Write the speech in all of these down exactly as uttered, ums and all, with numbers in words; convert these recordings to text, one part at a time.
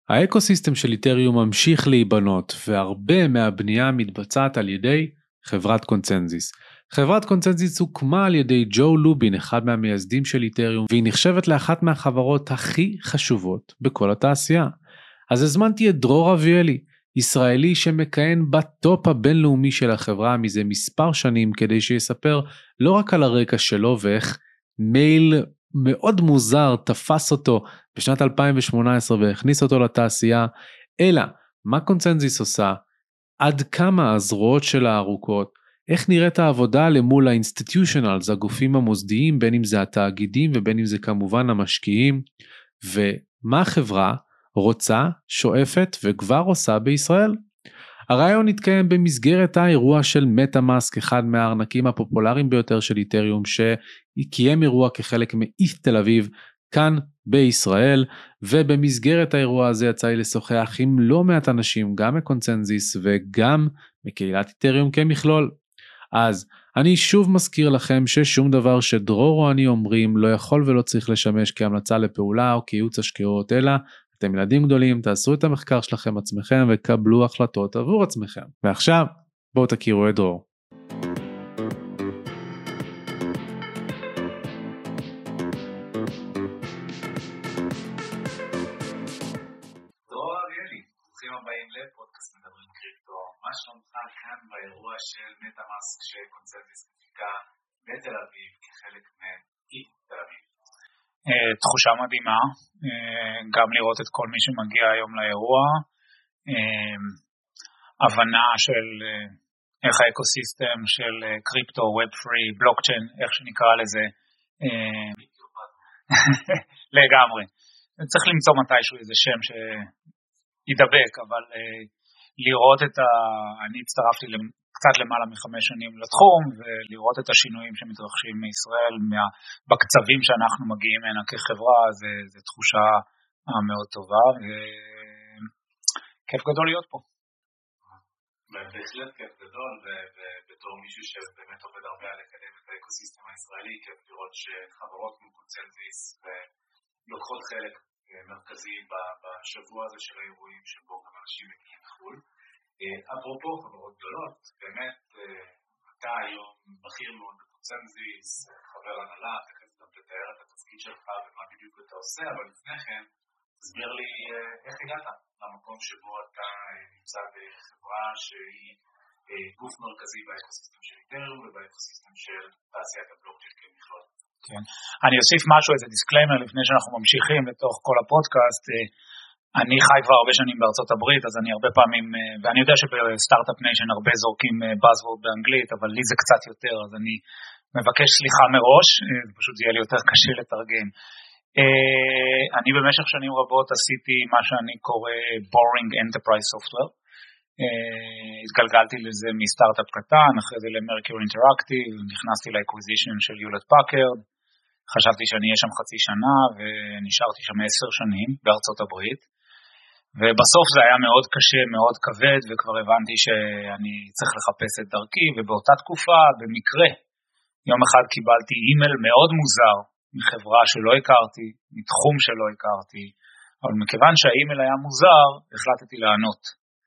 האקוסיסטם של איתריום ממשיך להיבנות, והרבה מהבנייה מתבצעת על ידי חברת קונצנזיס. חברת קונצנזיס הוקמה על ידי ג'ו לובין, אחד מהמייסדים של איתריום, והיא נחשבת לאחת מהחברות הכי חשובות בכל התעשייה. אז הזמנתי את דרור אביאלי, ישראלי שמכהן בטופ הבינלאומי של החברה מזה מספר שנים, כדי שיספר לא רק על הרקע שלו ואיך מייל מאוד מוזר תפס אותו בשנת אלפיים שמונה עשרה והכניס אותו לתעשייה, אלא מה קונצנזיס עושה, עד כמה הזרועות שלה ארוכות, איך נראית העבודה למול האינסטיטיושנלס, הגופים המוסדיים, בין אם זה התאגידים ובין אם זה כמובן המשקיעים, ומה החברה רוצה, שואפת וכבר עושה בישראל. הרעיון התקיים במסגרת האירוע של מטאמאסק, אחד מהארנקים הפופולריים ביותר של איתריום, שקיים אירוע כחלק מאיף תל אביב, כאן בישראל, ובמסגרת האירוע הזה יצא לי לשוחח עם לא מעט אנשים, גם מקונצנזיס וגם מקהילת איתריום כמכלול. אז אני שוב מזכיר לכם ששום דבר שדרור או אני אומרים לא יכול ולא צריך לשמש כהמלצה לפעולה או כייעוץ השקעות, אלא אתם ילדים גדולים, תעשו את המחקר שלכם עצמכם וקבלו החלטות עבור עצמכם. ועכשיו בואו תכירו את דרור. דרור אריאלי, ברוכים הבאים לפודקאסט מדברים קריפטו. מה שלומך כאן באירוע של מטאמאסק שקונצנזיס מפיקה בתל אביב כחלק מאיף תל אביב? תחושה מדהימה, גם לראות את כל מי שמגיע היום לאירוע, הבנה של איך האקוסיסטם של קריפטו, ווב פרי, בלוקצ'יין, איך שנקרא לזה, לגמרי. צריך למצוא מתישהו איזה שם שידבק, אבל לראות את ה... אני הצטרפתי קצת למעלה מחמש שנים לתחום, ולראות את השינויים שמתרחשים מישראל, בקצבים שאנחנו מגיעים הנה כחברה, זה, זה תחושה מאוד טובה, וכיף גדול להיות פה. בהחלט כיף גדול, ובתור מישהו שבאמת עובד הרבה על לקדם את האקוסיסטם הישראלי, כיף לראות שחברות כמו קונצנזיס לוקחות חלק מרכזי בשבוע הזה של האירועים, שבו גם אנשים מגיעים לחו"ל. אפרופו חברות גדולות, באמת אתה היום בכיר מאוד בקונצנזיס, חבר הנהלה, תכף גם תתאר את התפקיד שלך ומה בדיוק אתה עושה, אבל לפני כן תסביר לי איך הגעת למקום שבו אתה נמצא בחברה שהיא גוף מרכזי באקוסיסטם של איתריום ובאקוסיסטם של תעשיית הבלוקצ'יין כמכלול. כן, אני אוסיף משהו, איזה דיסקליימר לפני שאנחנו ממשיכים לתוך כל הפודקאסט. אני חי כבר הרבה שנים בארצות הברית, אז אני הרבה פעמים, ואני יודע שבסטארט-אפ ניישן הרבה זורקים buzzword באנגלית, אבל לי זה קצת יותר, אז אני מבקש סליחה מראש, זה פשוט יהיה לי יותר קשה לתרגם. אני במשך שנים רבות עשיתי מה שאני קורא boring enterprise software, התגלגלתי לזה מסטארט-אפ קטן, אחרי זה למרקיור אינטראקטיב, נכנסתי לאקוויזישן של יולט פאקרד, חשבתי שאני אהיה שם חצי שנה, ונשארתי שם עשר שנים בארצות הברית, ובסוף זה היה מאוד קשה, מאוד כבד, וכבר הבנתי שאני צריך לחפש את דרכי, ובאותה תקופה, במקרה, יום אחד קיבלתי אימייל מאוד מוזר, מחברה שלא הכרתי, מתחום שלא הכרתי, אבל מכיוון שהאימייל היה מוזר, החלטתי לענות.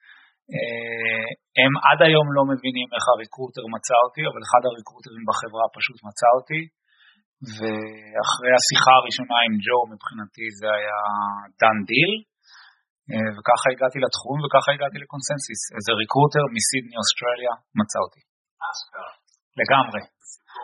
הם עד היום לא מבינים איך הריקרוטר מצא אותי, אבל אחד הריקרוטרים בחברה פשוט מצא אותי, ואחרי השיחה הראשונה עם ג'ו, מבחינתי זה היה done deal, וככה הגעתי לתחום, וככה הגעתי לקונסנסיס. איזה ריקרוטר מסידני, אוסטרליה, מצא אותי. אשכרה. לגמרי. סיפור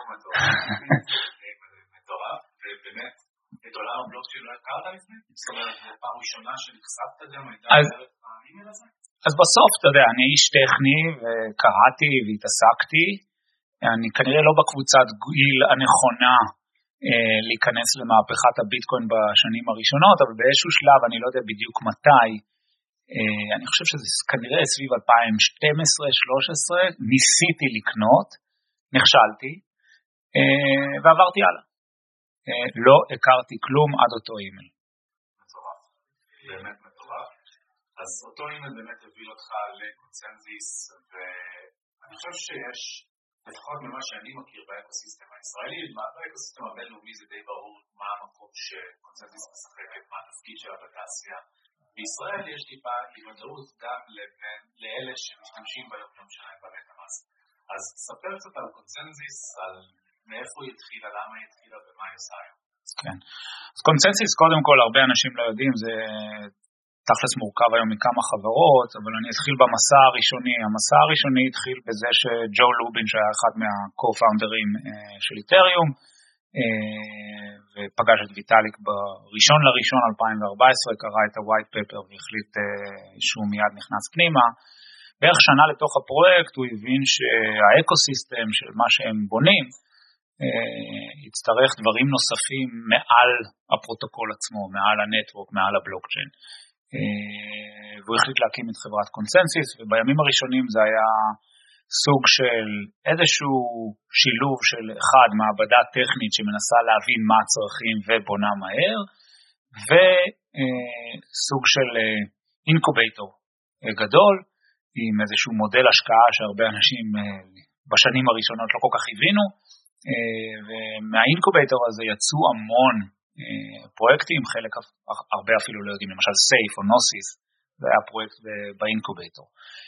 מטורף, ובאמת, את עולם הבלוקצ'יין לא הכרת לפני? זאת אומרת, פעם ראשונה שנחשפת גם, הייתה דרך האימייל הזה? אז בסוף, אתה יודע, אני איש טכני, וקראתי והתעסקתי, אני כנראה לא בקבוצת גיל הנכונה, להיכנס למהפכת הביטקוין בשנים הראשונות, אבל באיזשהו שלב, אני לא יודע בדיוק מתי, אני חושב שזה כנראה סביב אלפיים שתים עשרה שלוש עשרה, ניסיתי לקנות, נכשלתי, ועברתי הלאה. לא הכרתי כלום עד אותו אימייל. מטורף, באמת מטורף. אז אותו אימייל באמת הביא אותך לקונצנזיס, ואני חושב שיש, לפחות ממה שאני מכיר באקוסיסטם הישראלי, באקוסיסטם הבינלאומי זה די ברור מה המקום שקונצנזיס משחקת, מה התפקיד שלה בתעשייה, בישראל יש טיפה היוודאות גם לאלה שמשתמשים ביום שלהם במטאמאסק. אז ספר קצת על קונצנזיס, על מאיפה היא התחילה, למה היא התחילה ומה היא עושה היום. כן. אז קונצנזיס, קודם כל, הרבה אנשים לא יודעים, זה תכלס מורכב היום מכמה חברות, אבל אני אתחיל במסע הראשוני. המסע הראשוני התחיל בזה שג'ו לובין, שהיה אחד מה-co-founders של איתריום, ופגש את ויטאליק בראשון לראשון אלפיים וארבע עשרה, קרא את ה-white paper והחליט שהוא מיד נכנס פנימה. בערך שנה לתוך הפרויקט הוא הבין שהאקוסיסטם של מה שהם בונים, יצטרך דברים נוספים מעל הפרוטוקול עצמו, מעל הנטוורק, מעל הבלוקצ'יין. והוא החליט להקים את חברת קונצנזיס, ובימים הראשונים זה היה סוג של איזשהו שילוב של אחד, מעבדה טכנית שמנסה להבין מה הצרכים ובונה מהר, וסוג של אינקובייטור גדול, עם איזשהו מודל השקעה שהרבה אנשים בשנים הראשונות לא כל כך הבינו, ומהאינקובייטור הזה יצאו המון פרויקטים, חלק הרבה אפילו לא יודעים, למשל סייף או נוסיס, זה היה פרויקט באינקובייטור.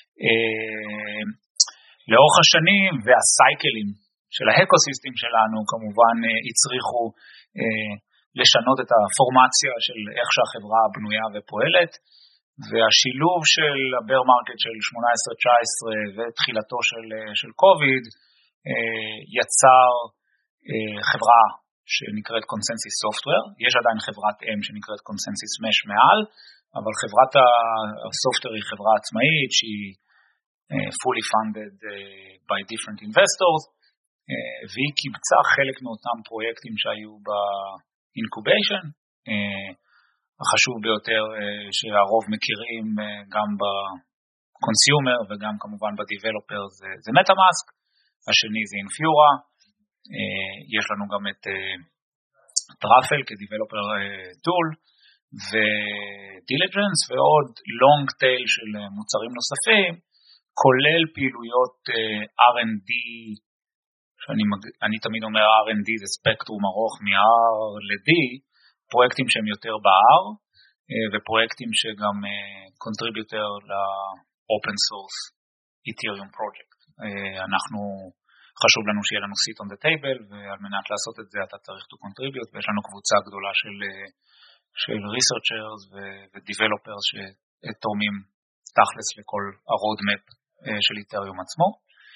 לאורך השנים והסייקלים של האקוסיסטם שלנו כמובן הצריכו לשנות את הפורמציה של איך שהחברה בנויה ופועלת, והשילוב של הבר מרקט של שמונה עשרה תשע עשרה ותחילתו של, של קוביד יצר חברה שנקראת קונסנסיס סופטוור. יש עדיין חברת אם שנקראת קונסנסיס מש מעל, אבל חברת הסופטוור היא חברה עצמאית שהיא fully funded by different investors, והיא קיבצה חלק מאותם פרויקטים שהיו באינקוביישן, החשוב ביותר שהרוב מכירים גם בקונסיומר וגם כמובן בדיבלופר זה, זה MetaMask, השני זה Infura, יש לנו גם את טראפל כדיבלופר טול, ודיליג'נס ועוד long tail של מוצרים נוספים, כולל פעילויות אר אנד די, שאני אני תמיד אומר אר אנד די זה ספקטרום ארוך מ-R ל-D, פרויקטים שהם יותר ב-R, ופרויקטים שגם contributor ל-open source Ethereum project. אנחנו, חשוב לנו שיהיה לנו seat on the table, ועל מנת לעשות את זה אתה צריך to contribute, ויש לנו קבוצה גדולה של, של researchers ו-developers שתורמים תכלס לכל ה-roadmap של איתריום עצמו.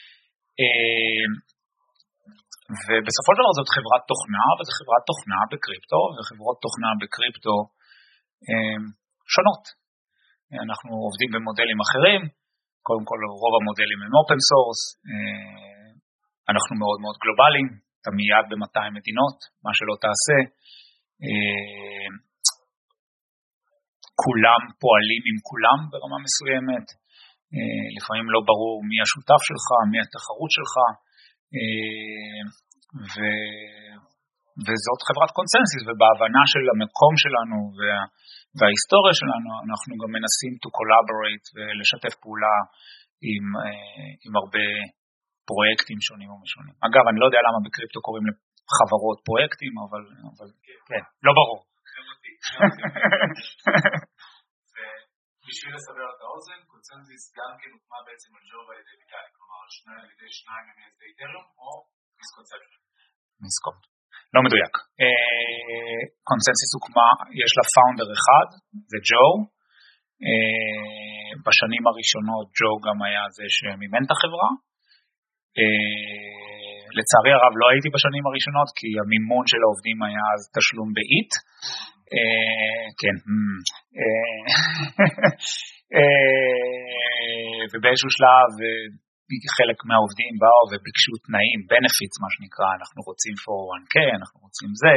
ובסופו של דבר זאת חברת תוכנה, וזו חברת תוכנה בקריפטו, וחברות תוכנה בקריפטו שונות. אנחנו עובדים במודלים אחרים, קודם כל רוב המודלים הם open source, אנחנו מאוד מאוד גלובליים, אתה מיד ב-מאתיים מדינות, מה שלא תעשה, כולם פועלים עם כולם ברמה מסוימת, לפעמים לא ברור מי השותף שלך, מי התחרות שלך, ו... וזאת חברת קונצנזיס, ובהבנה של המקום שלנו וה... וההיסטוריה שלנו, אנחנו גם מנסים to collaborate ולשתף פעולה עם, עם הרבה פרויקטים שונים ומשונים. אגב, אני לא יודע למה בקריפטו קוראים לחברות פרויקטים, אבל, אבל כן, לא ברור. בשביל לסבר את האוזן, קונצנזיס גם כן הוקמה בעצם על ג'ו ועל ידי ויטאליק, כלומר על ידי שניים ממייסדי איתריום או מיסקונספשן? מיסקונט. לא מדויק. קונצנזיס הוקמה, יש לה פאונדר אחד, זה ג'ו. בשנים הראשונות ג'ו גם היה זה שמימן את החברה. לצערי הרב לא הייתי בשנים הראשונות, כי המימון של העובדים היה אז תשלום באיט. כן. ובאיזשהו שלב חלק מהעובדים באו וביקשו תנאים, benefits מה שנקרא, אנחנו רוצים פור וואן קיי, אנחנו רוצים זה,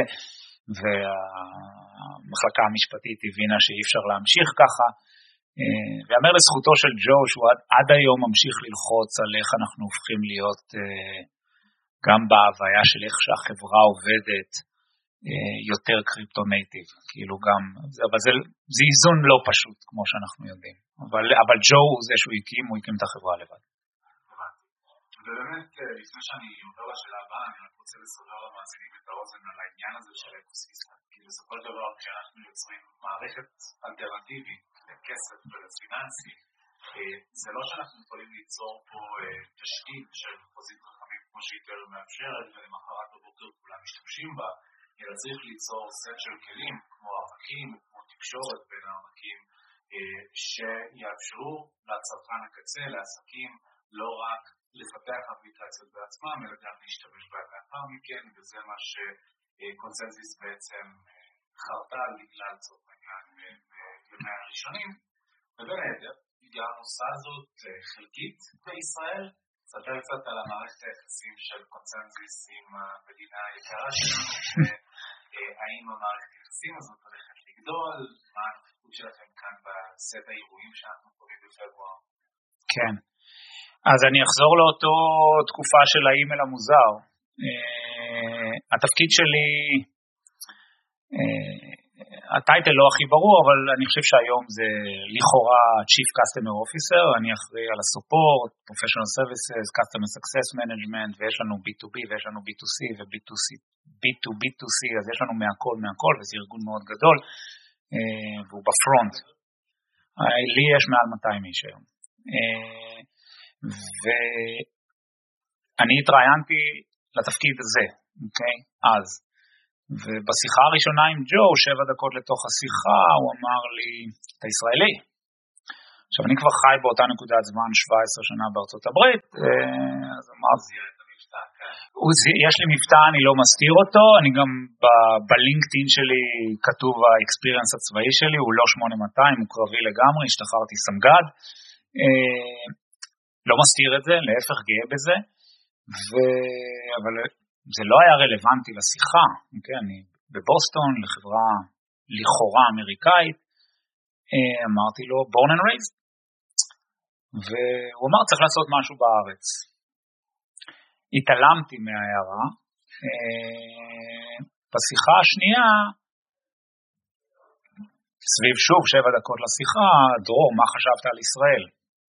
והמחלקה המשפטית הבינה שאי אפשר להמשיך ככה, ואמר לזכותו של ג'ו שהוא עד, עד היום ממשיך ללחוץ על איך אנחנו הופכים להיות גם בהוויה של איך שהחברה עובדת יותר קריפטו-נייטיב, כאילו גם, אבל זה, זה איזון לא פשוט כמו שאנחנו יודעים, אבל, אבל ג'ו הוא זה שהוא הקים, הוא הקים את החברה לבד. ובאמת, לפני שאני עובר לשאלה הבאה, אני רק רוצה לסדר למאזינים את האוזן על העניין הזה של האקוסיסטם. כי בסופו של דבר, כשאנחנו יוצרים מערכת אלטרנטיבית לכסף ולפיננסי, זה לא שאנחנו יכולים ליצור פה תשתית של חוזים חכמים כמו שאיתריום מאפשרת, ולמחרת בבוקר כולם משתמשים בה, אלא צריך ליצור סט של כלים, כמו ערכים, כמו תקשורת בין הערכים, שיאפשרו לצרכן הקצה, לעסקים, לא רק לפתח אפליקציות בעצמם, אלא גם להשתמש בהם לאחר מכן, וזה מה שקונצנזיס בעצם חרתה בגלל צורך העניין בימי הראשונים. ובין היתר, גם הנושא הזאת חלקית בישראל, ספר קצת על המערכת היחסים של קונצנזיס עם המדינה היקרה שלנו, והאם המערכת היחסים הזאת הולכת לגדול, מה הנוכחות שלכם כאן בסט האירועים שאנחנו קוראים בפברואר. כן, אז אני אחזור לאותו תקופה של האימייל המוזר. התפקיד שלי, הטייטל לא הכי ברור, אבל אני חושב שהיום זה לכאורה Chief Customer Officer, אני אחראי על הסופורט, Professional Services, Customer Success Management, ויש לנו בי טו בי ויש לנו בי טו סי ו-בי טו סי, בי טו בי טו סי, אז יש לנו מהכל מהכל, וזה ארגון מאוד גדול, והוא בפרונט. לי יש מעל מאתיים איש היום. ואני התראיינתי לתפקיד הזה, אוקיי? אז. ובשיחה הראשונה עם ג'ו, שבע דקות לתוך השיחה, הוא אמר לי, אתה ישראלי. עכשיו, אני כבר חי באותה נקודת זמן שבע עשרה שנה בארצות הברית, אז אמרתי, יש לי מבטא, אני לא מסתיר אותו, אני גם בלינקדאין שלי כתוב האקספיריאנס הצבאי שלי, הוא לא שמונה מאתיים, הוא קרבי לגמרי, השתחררתי סמג"ד, לא מסתיר את זה, להפך גאה בזה, אבל זה לא היה רלוונטי לשיחה, okay? אני בבוסטון, לחברה לכאורה אמריקאית, אמרתי לו, born and raised, והוא אמר, צריך לעשות משהו בארץ. התעלמתי מההערה, בשיחה השנייה, סביב שוב שבע דקות לשיחה, דרור, מה חשבת על ישראל?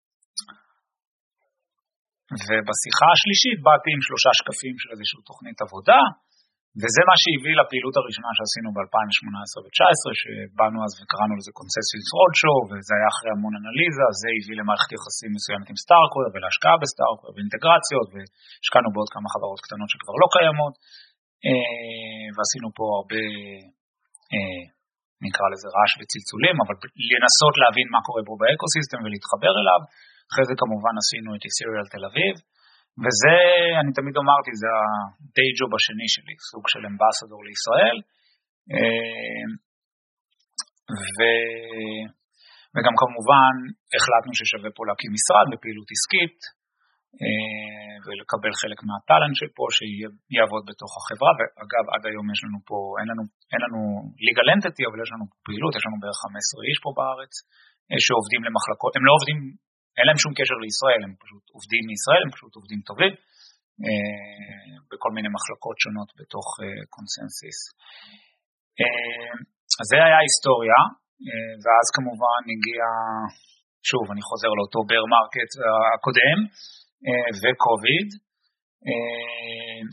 ובשיחה השלישית באתי עם שלושה שקפים של איזושהי תוכנית עבודה, וזה מה שהביא לפעילות הראשונה שעשינו ב-אלפיים שמונה עשרה ו-תשע עשרה, שבאנו אז וקראנו לזה קונצנזיס רודשואו, וזה היה אחרי המון אנליזה, זה הביא למערכת יחסים מסוימת עם סטארקוור, ולהשקעה בסטארקוור, ואינטגרציות, והשקענו בעוד כמה חברות קטנות שכבר לא קיימות, ועשינו פה הרבה, נקרא לזה רעש וצלצולים, אבל לנסות להבין מה קורה פה באקוסיסטם ולהתחבר אליו. אחרי זה כמובן עשינו את איסיריאל תל אביב, וזה, אני תמיד אמרתי, זה הדיי ג'וב השני שלי, סוג של אמבסדור לישראל, ו... וגם כמובן החלטנו ששווה פה להקים משרד בפעילות עסקית, ולקבל חלק מהטלנט של פה, שיעבוד בתוך החברה, ואגב עד היום יש לנו פה, אין לנו, אין לנו legal entity, אבל יש לנו פעילות, יש לנו בערך חמישה עשר איש פה בארץ, שעובדים למחלקות, הם לא עובדים, אין להם שום קשר לישראל, הם פשוט עובדים מישראל, הם פשוט עובדים טובים, אה, בכל מיני מחלקות שונות בתוך אה, קונסנסיס. אה, אז זה היה ההיסטוריה, אה, ואז כמובן הגיע, שוב אני חוזר לאותו בר מרקט הקודם, אה, וקוביד, אה,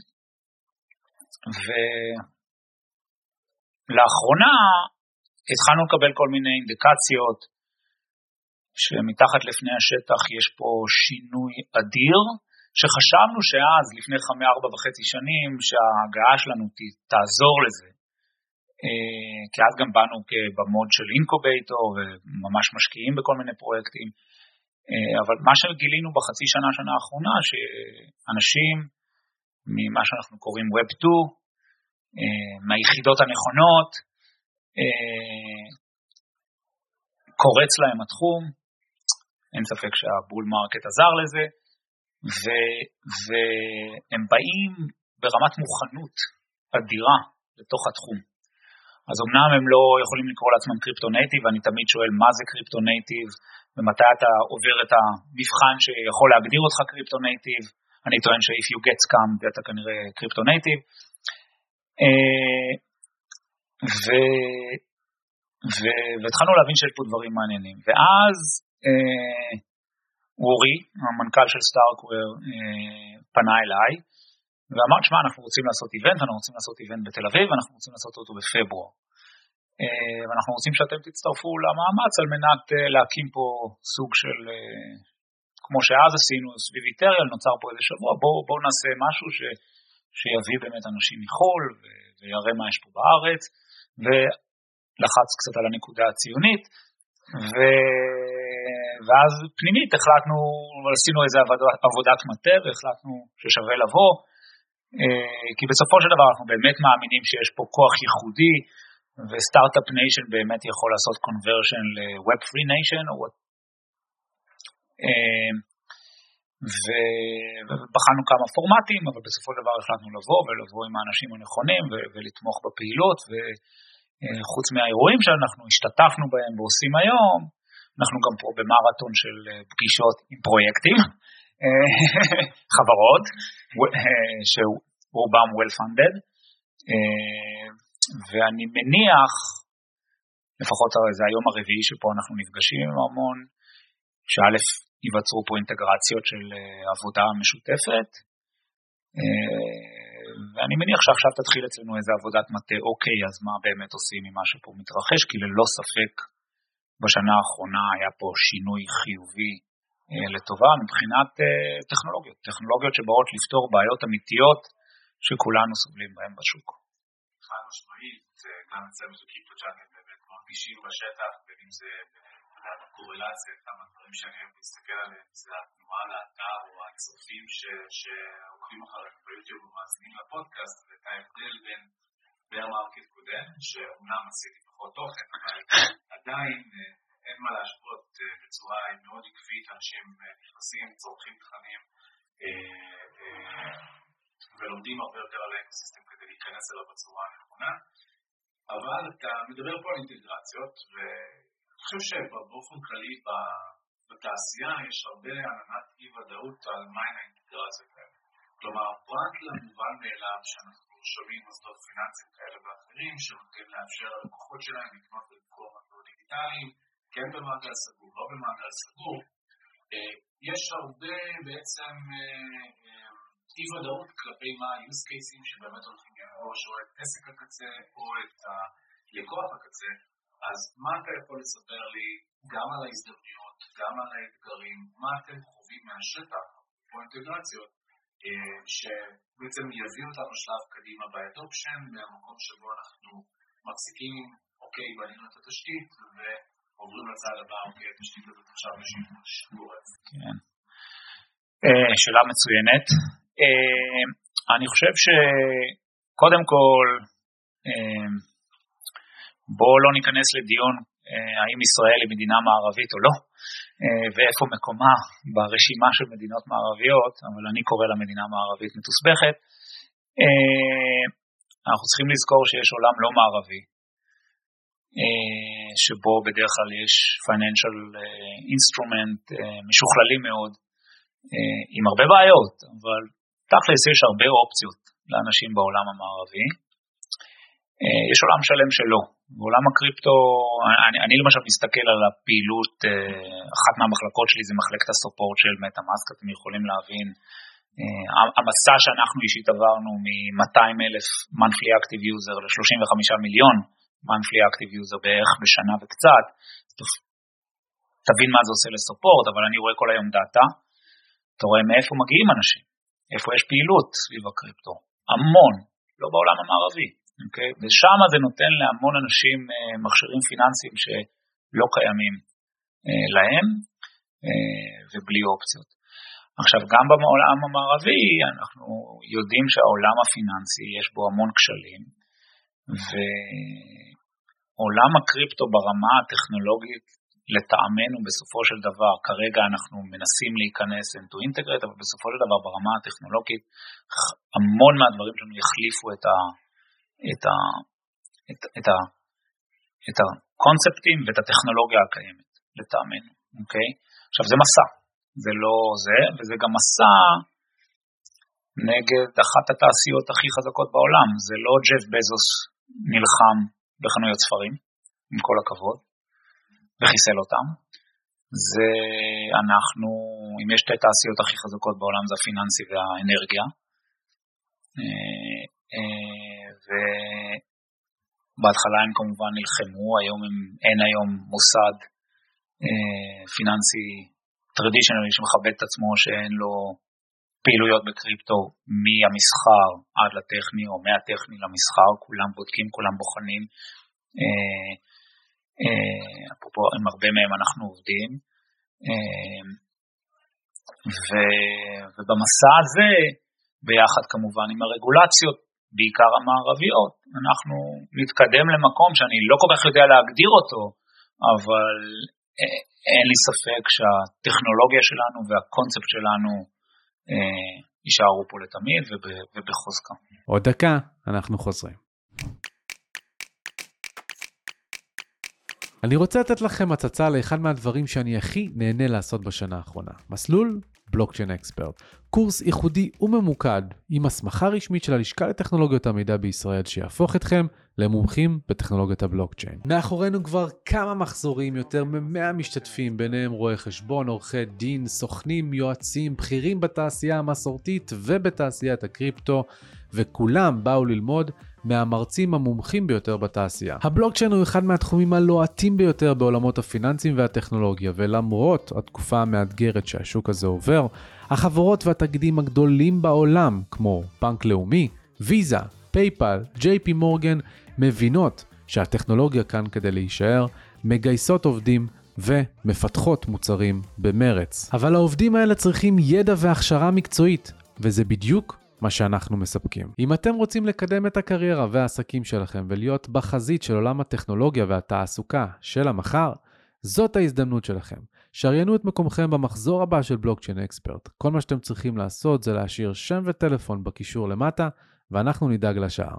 ולאחרונה התחלנו לקבל כל מיני אינדיקציות, שמתחת לפני השטח יש פה שינוי אדיר, שחשבנו שאז, לפני חמי ארבע וחצי שנים, שההגעה שלנו תעזור לזה. כי אז גם באנו במוד של אינקובייטור, וממש משקיעים בכל מיני פרויקטים. אבל מה שגילינו בחצי שנה, שנה האחרונה, שאנשים, ממה שאנחנו קוראים ווב טו, מהיחידות הנכונות, קורץ להם התחום, אין ספק שהבול מרקט עזר לזה, ו- והם באים ברמת מוכנות אדירה לתוך התחום. אז אמנם הם לא יכולים לקרוא לעצמם קריפטו-נייטיב, ואני תמיד שואל מה זה קריפטו-נייטיב, ומתי אתה עובר את המבחן שיכול להגדיר אותך קריפטו-נייטיב, אני טוען ש-if you get scammed, אתה כנראה קריפטו-נייטיב, ו- ו- והתחלנו להבין שיש פה דברים מעניינים, ואז אה, אורי, המנכ"ל של סטארקוור, פנה אליי, ואמר, שמה, אנחנו רוצים לעשות איבנט, אנחנו רוצים לעשות איבנט בתל אביב, ואנחנו רוצים לעשות אותו בפברואר. ואנחנו רוצים שאתם תצטרפו למאמץ, על מנת להקים פה סוג של, כמו שאז עשינו, סביב איתריאל, נוצר פה איזה שבוע, בואו בוא נעשה משהו ש, שיביא באמת אנשים מחול, ויראה מה יש פה בארץ, ולחץ קצת על הנקודה הציונית, ו... ואז פנימית החלטנו, עשינו איזו עבודת, עבודת מטה, והחלטנו ששווה לבוא, כי בסופו של דבר אנחנו באמת מאמינים שיש פה כוח ייחודי, וסטארט-אפ ניישן באמת יכול לעשות conversion ל-Web Free Nation, או... ובחנו כמה פורמטים, אבל בסופו של דבר החלטנו לבוא, ולבוא עם האנשים הנכונים, ולתמוך בפעילות, וחוץ מהאירועים שאנחנו השתתפנו בהם ועושים היום, אנחנו גם פה במרתון של פגישות עם פרויקטים, חברות, שרובם well funded, ואני מניח, לפחות זה היום הרביעי שפה אנחנו נפגשים עם המון, שא' ייווצרו פה אינטגרציות של עבודה משותפת, ואני מניח שעכשיו תתחיל אצלנו איזו עבודת מטה, אוקיי, אז מה באמת עושים עם מה שפה מתרחש, כי ללא ספק בשנה האחרונה היה פה שינוי חיובי לטובה מבחינת טכנולוגיות, טכנולוגיות שבאות לפתור בעיות אמיתיות שכולנו סובלים בהן בשוק. חד משמעית, גם אצלנו זו קריפטוג'אנט באמת מרגישים בשטח, בין אם זה הקורלציה, כמה דברים שאני אוהב להסתכל עליהם, זה התנועה לאתר או הצופים שעוקבים אחרינו ביוטיוב ומאזינים לפודקאסט, ואת ההבדל בין בר מרקט קודם, שאומנם עשיתי פחות תוכן, אבל עדיין אין מה להשוות בצורה מאוד עקבית, אנשים נכנסים, צורכים תכנים, ולומדים הרבה יותר על האקוסיסטם כדי להיכנס אליו בצורה הנכונה, אבל אתה מדבר פה על אינטגרציות, ואני חושב שבאופן כללי בתעשייה יש הרבה עננת אי ודאות על מהן האינטגרציות האלה. כלומר, פרט למובן מאליו שאנחנו שומעים מוסדות פיננסיים כאלה ואחרים, שנותנים לאפשר ללקוחות שלהם לקנות ולמכור מטבעות דיגיטליים, כן במעגל סגור, לא במעגל סגור, יש הרבה בעצם אי ודאות כלפי מה ה-use cases שבאמת הולכים לראש, או את עסק הקצה, או את הלקוח הקצה. אז מה אתה יכול לספר לי גם על ההזדמנויות, גם על האתגרים, מה אתם חווים מהשטח, או אינטגרציות, שבעצם יביאו אותנו שלב קדימה באדופשן, מהמקום שבו אנחנו מחזיקים, אוקיי, בנינו את התשתית, ועוברים לצד הבא, אוקיי, התשתית הזאת עכשיו לשימוש גורף. כן. שאלה מצוינת. אני חושב שקודם כל, בואו לא ניכנס לדיון האם ישראל היא מדינה מערבית או לא, ואיפה מקומה ברשימה של מדינות מערביות, אבל אני קורא לה מדינה מערבית מתוסבכת. אנחנו צריכים לזכור שיש עולם לא מערבי, שבו בדרך כלל יש financial instrument משוכללים מאוד, עם הרבה בעיות, אבל תכלס יש הרבה אופציות לאנשים בעולם המערבי. יש עולם שלם שלא. בעולם הקריפטו, אני, אני למשל מסתכל על הפעילות, אחת מהמחלקות שלי זה מחלקת הסופורט של MetaMask, אתם יכולים להבין, המסע שאנחנו אישית עברנו מ-מאתיים אלף monthly active user ל-שלושים וחמישה מיליון monthly active user בערך בשנה וקצת, תבין מה זה עושה לסופורט, אבל אני רואה כל היום דאטה, אתה רואה מאיפה מגיעים אנשים, איפה יש פעילות סביב הקריפטו, המון, לא בעולם המערבי. Okay? ושם זה נותן להמון אנשים uh, מכשירים פיננסיים שלא קיימים uh, להם uh, ובלי אופציות. עכשיו גם בעולם המערבי אנחנו יודעים שהעולם הפיננסי יש בו המון כשלים, ועולם הקריפטו ברמה הטכנולוגית לטעמנו בסופו של דבר, כרגע אנחנו מנסים להיכנס into integrate, אבל בסופו של דבר ברמה הטכנולוגית המון מהדברים שלנו יחליפו את ה את ה את את ה את הקונספטים ואת הטכנולוגיה הקיימת לטעמנו, אוקיי? עכשיו זה מסע, זה לא זה, וזה גם מסע נגד אחת התעשיות הכי חזקות בעולם, זה לא ג'ף בזוס נלחם בחנויות ספרים, עם כל הכבוד, וחיסל אותם, זה אנחנו, אם יש שתי תעשיות הכי חזקות בעולם זה הפיננסי והאנרגיה, ובהתחלה הם כמובן נלחמו, היום הם, אין היום מוסד פיננסי טרדישיונלי שמכבד את עצמו שאין לו פעילויות בקריפטו מהמסחר עד לטכני או מהטכני למסחר, כולם בודקים, כולם בוחנים, אפרופו עם הרבה מהם אנחנו עובדים, ובמסע הזה ביחד כמובן עם הרגולציות בעיקר המערביות אנחנו נתקדם למקום שאני לא כל כך יודע להגדיר אותו, אבל אין לי ספק שהטכנולוגיה שלנו והקונספט שלנו יישארו פה לתמיד ובחוזקה. עוד דקה אנחנו חוזרים. אני רוצה לתת לכם הצצה לאחד מהדברים שאני הכי נהנה לעשות בשנה האחרונה. מסלול בלוקצ'יין אקספרט. קורס ייחודי וממוקד עם הסמכה רשמית של הלשכה לטכנולוגיות המידע בישראל שיהפוך אתכם למומחים בטכנולוגיית הבלוקצ'יין. מאחורינו כבר כמה מחזורים, יותר מ-מאה משתתפים, ביניהם רואי חשבון, עורכי דין, סוכנים, יועצים, בכירים בתעשייה המסורתית ובתעשיית הקריפטו, וכולם באו ללמוד מהמרצים המומחים ביותר בתעשייה. הבלוקצ'יין הוא אחד מהתחומים הלוהטים ביותר בעולמות הפיננסים והטכנולוגיה, ולמרות התקופה המאתגרת שהשוק הזה עובר, החברות והתאגידים הגדולים בעולם, כמו בנק לאומי, ויזה, פייפל, ג'יי פי מורגן, מבינות שהטכנולוגיה כאן כדי להישאר, מגייסות עובדים ומפתחות מוצרים במרץ. אבל העובדים האלה צריכים ידע והכשרה מקצועית, וזה בדיוק מה שאנחנו מספקים. אם אתם רוצים לקדם את הקריירה והעסקים שלכם ולהיות בחזית של עולם הטכנולוגיה והתעסוקה של המחר, זאת ההזדמנות שלכם. שריינו את מקומכם במחזור הבא של בלוקצ'יין אקספרט. כל מה שאתם צריכים לעשות זה להשאיר שם וטלפון בקישור למטה, ואנחנו נדאג לשאר.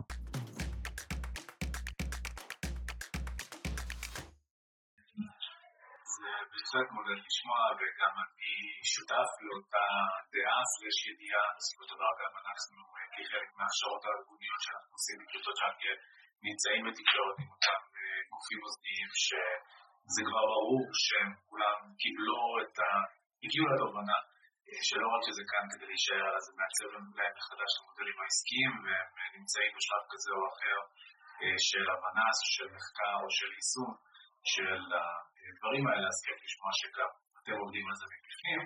בהחלט מודד לשמוע, וגם אני שותף לאותה דעה סלש ידיעה, בסופו של דבר גם אנחנו כחלק מההכשרות הארגוניות שאנחנו עושים בקריפטו ג'אנגל נמצאים בתקשורת עם אותם גופים מוסדיים שזה כבר ברור שהם כולם קיבלו את ה... הגיעו לתובנה שלא רק שזה כאן כדי להישאר, אז זה מעצב להם מחדש את המודלים העסקיים, והם נמצאים בשלב כזה או אחר של הבנה, של מחקר או של יישום של הדברים האלה, אז כיף לשמוע שגם אתם עובדים על זה מבפנים.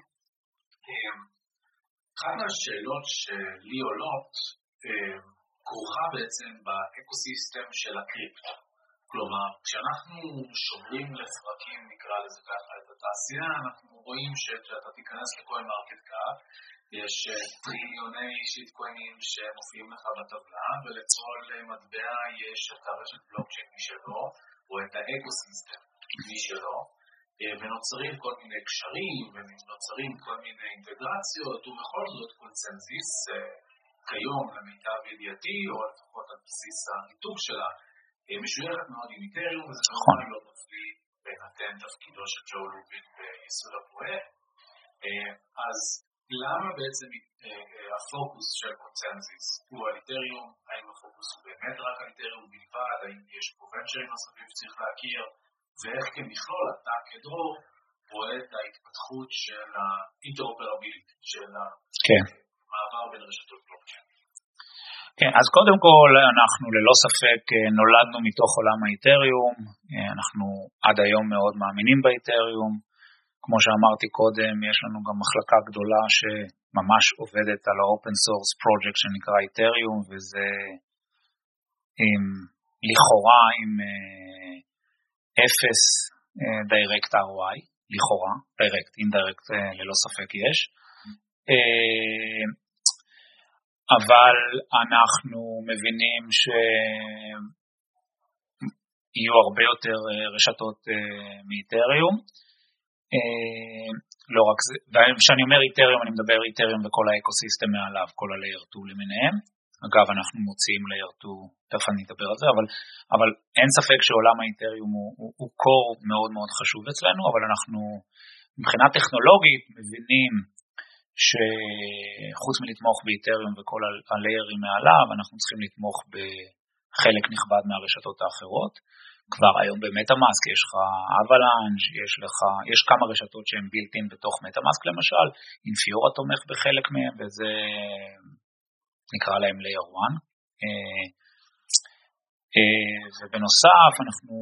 אחת מהשאלות שלי עולות כרוכה בעצם באקוסיסטם של הקריפטו. כלומר, כשאנחנו שוברים לפרקים, נקרא לזה ככה, את התעשייה, אנחנו רואים שאתה תיכנס לכל מרקט קאפ, יש טריליוני שיטקוינים שמופיעים לך בטבלה, ולכל מטבע יש את הרשת בלוקצ'יין משלו, או את האקוסיסטם משלו, ונוצרים כל מיני קשרים, ונוצרים כל מיני אינטגרציות, ובכל זאת קונצנזיס, כיום למיטב ידיעתי, או לפחות על בסיס הניתוק שלה, משויכת מאוד עם איתריום, וזה כמובן לא נופלי בהינתן תפקידו של ג'ו לובין בייסוד הפרויקט. אז למה בעצם הפוקוס של קונצנזיס הוא על איתריום? האם הפוקוס הוא באמת רק על איתריום בלבד? האם יש פה ונצ'רים נוספים שצריך להכיר? ואיך כמכלול אתה כדרור רואה את ההתפתחות של האינטרופרביליטי, של המעבר בין רשתות בלוקצ'יין? כן, אז קודם כל אנחנו ללא ספק נולדנו מתוך עולם האיתריום, אנחנו עד היום מאוד מאמינים באיתריום, כמו שאמרתי קודם, יש לנו גם מחלקה גדולה שממש עובדת על האופן סורס פרויקט שנקרא איתריום, וזה עם, לכאורה עם אפס דיירקט אר או איי, לכאורה, דיירקט, אינדיירקט ללא ספק יש, אבל אנחנו מבינים שיהיו הרבה יותר רשתות מאיתריום, לא רק זה, וכשאני אומר איתריום אני מדבר איתריום וכל האקוסיסטם מעליו, כל ה-Layer שתיים למיניהם, אגב אנחנו מוציאים Layer שתיים, תכף אני אדבר על זה, אבל, אבל אין ספק שעולם האיתריום הוא, הוא, הוא קור מאוד מאוד חשוב אצלנו, אבל אנחנו מבחינה טכנולוגית מבינים שחוץ מלתמוך באיתריום וכל הליירים מעליו, אנחנו צריכים לתמוך בחלק נכבד מהרשתות האחרות, כבר היום במטאמאסק יש לך אבלנג', יש לך, יש כמה רשתות שהן בילטין בתוך מטאמאסק למשל, אינפיורה תומך בחלק מהם, וזה נקרא להם layer one. ובנוסף אנחנו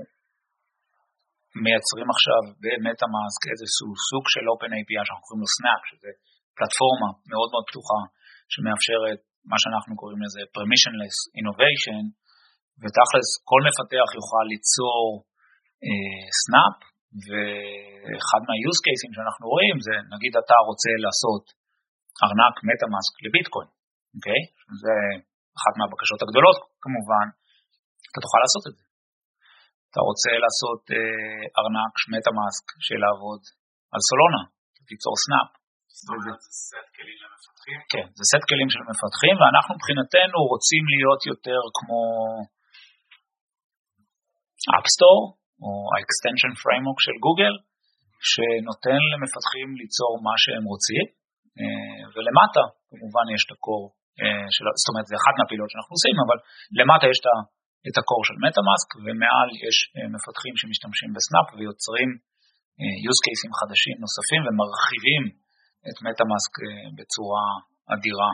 מייצרים עכשיו במטאמאסק איזשהו סוג של Open איי פי איי שאנחנו קוראים לו Snap, שזה פלטפורמה מאוד מאוד פתוחה שמאפשרת מה שאנחנו קוראים לזה permissionless innovation, ותכלס כל מפתח יוכל ליצור אה, Snap, ואחד מה-use cases שאנחנו רואים זה נגיד אתה רוצה לעשות ארנק מטאמאסק לביטקוין, אוקיי? זה אחת מהבקשות הגדולות כמובן, אתה תוכל לעשות את זה. אתה רוצה לעשות אה, ארנק מטאמאסק של לעבוד על סולונה, תיצור סנאפ. סולונה זה סט כלים של מפתחים? כן, זה סט כלים של מפתחים, ואנחנו מבחינתנו רוצים להיות יותר כמו App Store, או ה-Extension Framework של גוגל, שנותן למפתחים ליצור מה שהם רוצים, אה, ולמטה כמובן יש את הקור, אה, של, זאת אומרת זה אחת מהפעילות שאנחנו עושים, אבל למטה יש את ה... את הקור של מטאמאסק, ומעל יש מפתחים שמשתמשים בסנאפ ויוצרים use cases חדשים נוספים ומרחיבים את מטאמאסק בצורה אדירה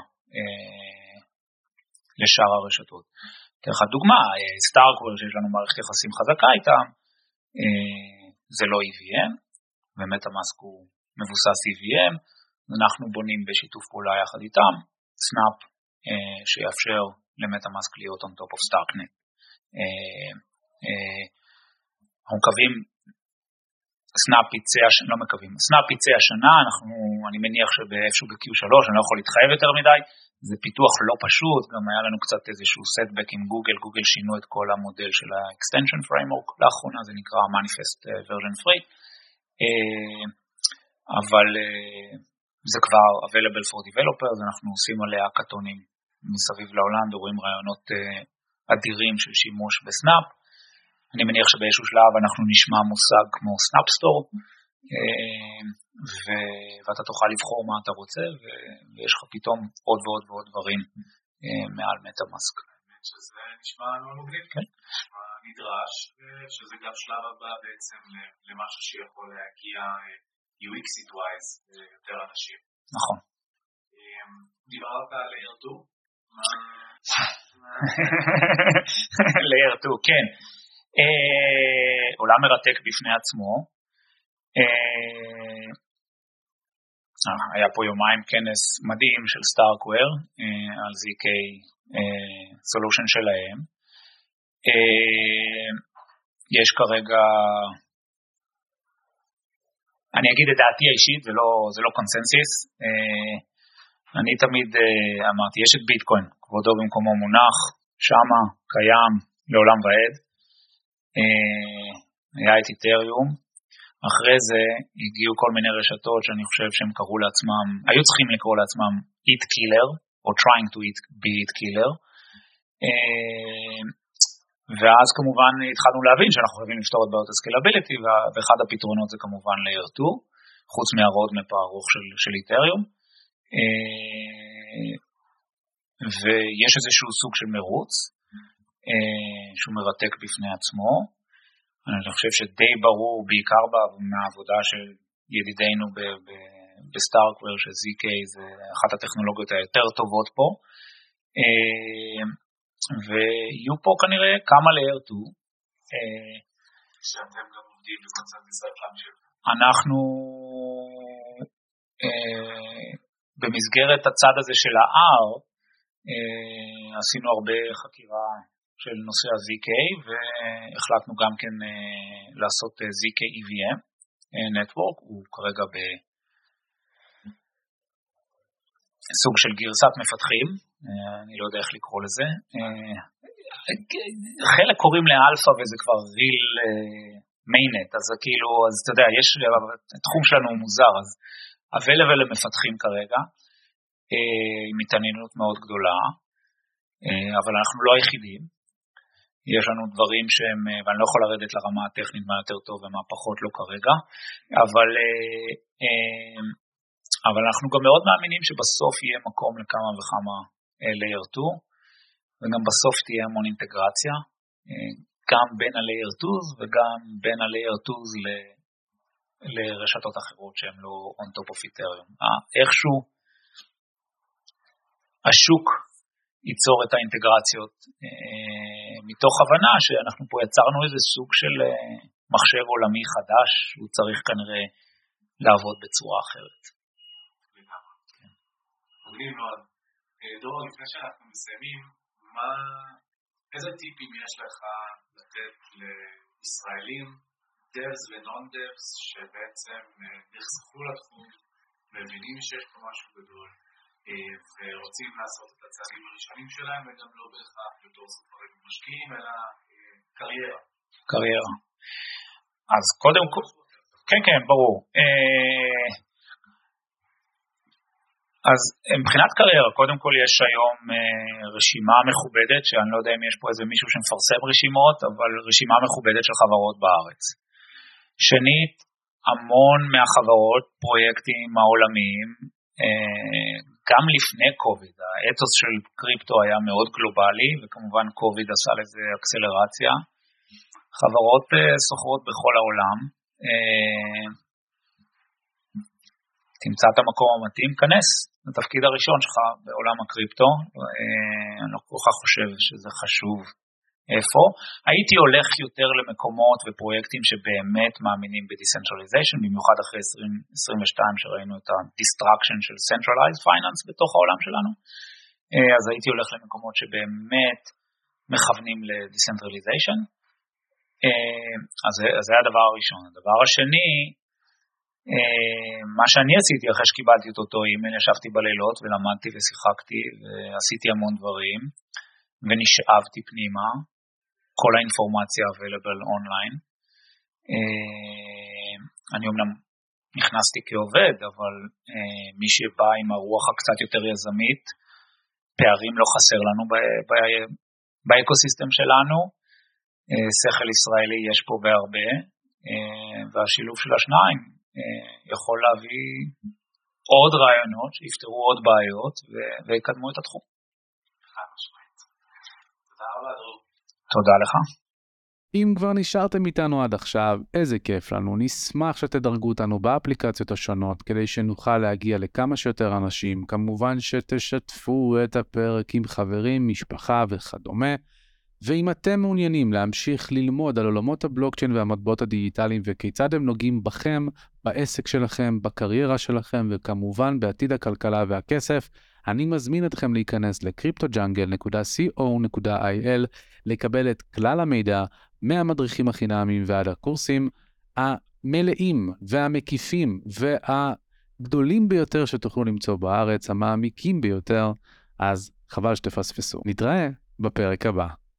לשאר הרשתות. תלך דוגמה, סטארקוור שיש לנו מערכת יחסים חזקה איתם, זה לא אי וי אם, ומטאמאסק הוא מבוסס אי וי אם, אנחנו בונים בשיתוף פעולה יחד איתם, סנאפ שיאפשר למטאמאסק להיות on top of Starknet. אנחנו מקווים, סנאפ יצא, לא מקווים, סנאפ יצא השנה, אנחנו, אני מניח שבאיפשהו ב-קיו שלוש, אני לא יכול להתחייב יותר מדי, זה פיתוח לא פשוט, גם היה לנו קצת איזשהו setback עם גוגל, גוגל שינו את כל המודל של ה-extension framework, לאחרונה זה נקרא manifest version free, אבל זה כבר available for developers, אנחנו עושים עליה קטונים מסביב לעולם, ורואים רעיונות אדירים של שימוש בסנאפ. אני מניח שבאיזשהו שלב אנחנו נשמע מושג כמו סנאפ סטור, ואתה תוכל לבחור מה אתה רוצה, ויש לך פתאום עוד ועוד ועוד דברים מעל מטאמאסק. שזה נשמע לא מגניב, נשמע נדרש, שזה גם שלב הבא בעצם למשהו שיכול להגיע יו אקס-ית ווייז ליותר אנשים. נכון. דיברת על layer two? מה... layer two, כן. עולם מרתק בפני עצמו. היה פה יומיים כנס מדהים של סטארקוור על זי קיי סולושן שלהם. יש כרגע, אני אגיד את דעתי האישית, זה לא, זה לא קונסנסיס. אני תמיד אמרתי, יש את ביטקוין, כבודו במקומו מונח, שמה, קיים, לעולם ועד. היה את איתריום, אחרי זה הגיעו כל מיני רשתות שאני חושב שהם קראו לעצמם, היו צריכים לקרוא לעצמם eat killer, או trying to eat, be eat killer, ואז כמובן התחלנו להבין שאנחנו חייבים לפתור את בעיות הסקלביליטי, ואחד הפתרונות זה כמובן layer two, חוץ מהרודמפ הארוך של, של איתריום, ויש איזשהו סוג של מרוץ, שהוא מרתק בפני עצמו. אני חושב שדי ברור בעיקר מהעבודה של ידידינו בסטארקוור, ש-זי קיי זה אחת הטכנולוגיות היותר טובות פה, ויהיו פה כנראה כמה layer two. שאתם גם עובדים בקונצנזיס על להמשיך. אנחנו במסגרת הצד הזה של ה-R, עשינו הרבה חקירה של נושא ה-זי קיי, והחלטנו גם כן לעשות זי קיי אי וי אם Network, הוא כרגע בסוג של גרסת מפתחים, אני לא יודע איך לקרוא לזה, חלק קוראים לאלפא וזה כבר ריל מיינט, אז כאילו, אז אתה יודע, יש, התחום שלנו הוא מוזר, אז available למפתחים כרגע, עם התעניינות מאוד גדולה, אבל אנחנו לא היחידים, יש לנו דברים שהם, ואני לא יכול לרדת לרמה הטכנית מה יותר טוב ומה פחות לא כרגע, אבל, אבל אנחנו גם מאוד מאמינים שבסוף יהיה מקום לכמה וכמה layer two, וגם בסוף תהיה המון אינטגרציה, גם בין ה-Layer שתיים וגם בין ה-Layer שתיים ל... לרשתות אחרות שהן לא on top of Ethereum. איכשהו השוק ייצור את האינטגרציות אה, מתוך הבנה שאנחנו פה יצרנו איזה סוג של אה, מחשב עולמי חדש, הוא צריך כנראה לעבוד בצורה אחרת. מגניב מאוד. דור, לפני שאנחנו מסיימים, מה, איזה טיפים יש לך לתת לישראלים, devs ו-non-devs, שבעצם נחשפו לתחום, מבינים שיש פה משהו גדול, ורוצים לעשות את הצעדים הראשונים שלהם, וגם לא בהכרח בתור סופרים משקיעים, אלא קריירה. קריירה. אז קודם כל, כן, כן, ברור. אז מבחינת קריירה, קודם כל יש היום רשימה מכובדת, שאני לא יודע אם יש פה איזה מישהו שמפרסם רשימות, אבל רשימה מכובדת של חברות בארץ. שנית, המון מהחברות, פרויקטים העולמיים, גם לפני קוביד, האתוס של קריפטו היה מאוד גלובלי, וכמובן קוביד עשה לזה אקסלרציה. חברות סוחרות בכל העולם, תמצא את המקום המתאים, כנס לתפקיד הראשון שלך בעולם הקריפטו, אני לא כל כך חושב שזה חשוב איפה. הייתי הולך יותר למקומות ופרויקטים שבאמת מאמינים ב-decentralization, במיוחד אחרי עשרים עשרים ושתיים שראינו את ה-destruction של centralized finance בתוך העולם שלנו, אז הייתי הולך למקומות שבאמת מכוונים ל-decentralization. אז זה הדבר הראשון. הדבר השני, מה שאני עשיתי אחרי שקיבלתי את אותו אימייל, ישבתי בלילות ולמדתי ושיחקתי ועשיתי המון דברים ונשאבתי פנימה כל האינפורמציה available online. אני אומנם נכנסתי כעובד, אבל מי שבא עם הרוח הקצת יותר יזמית, פערים לא חסר לנו באקוסיסטם שלנו, שכל ישראלי יש פה בהרבה, והשילוב של השניים יכול להביא עוד רעיונות שיפתרו עוד בעיות ויקדמו את התחום. תודה רבה דרור. תודה לך. אם כבר נשארתם איתנו עד עכשיו, איזה כיף לנו. נשמח שתדרגו אותנו באפליקציות השונות, כדי שנוכל להגיע לכמה שיותר אנשים. כמובן שתשתפו את הפרק עם חברים, משפחה וכדומה. ואם אתם מעוניינים להמשיך ללמוד על עולמות הבלוקצ'יין והמטבעות הדיגיטליים וכיצד הם נוגעים בכם, בעסק שלכם, בקריירה שלכם וכמובן בעתיד הכלכלה והכסף, אני מזמין אתכם להיכנס ל-קריפטו ג'אנגל נקודה סי או נקודה איי אל לקבל את כלל המידע מהמדריכים החינמיים ועד הקורסים המלאים והמקיפים והגדולים ביותר שתוכלו למצוא בארץ, המעמיקים ביותר, אז חבל שתפספסו. נתראה בפרק הבא.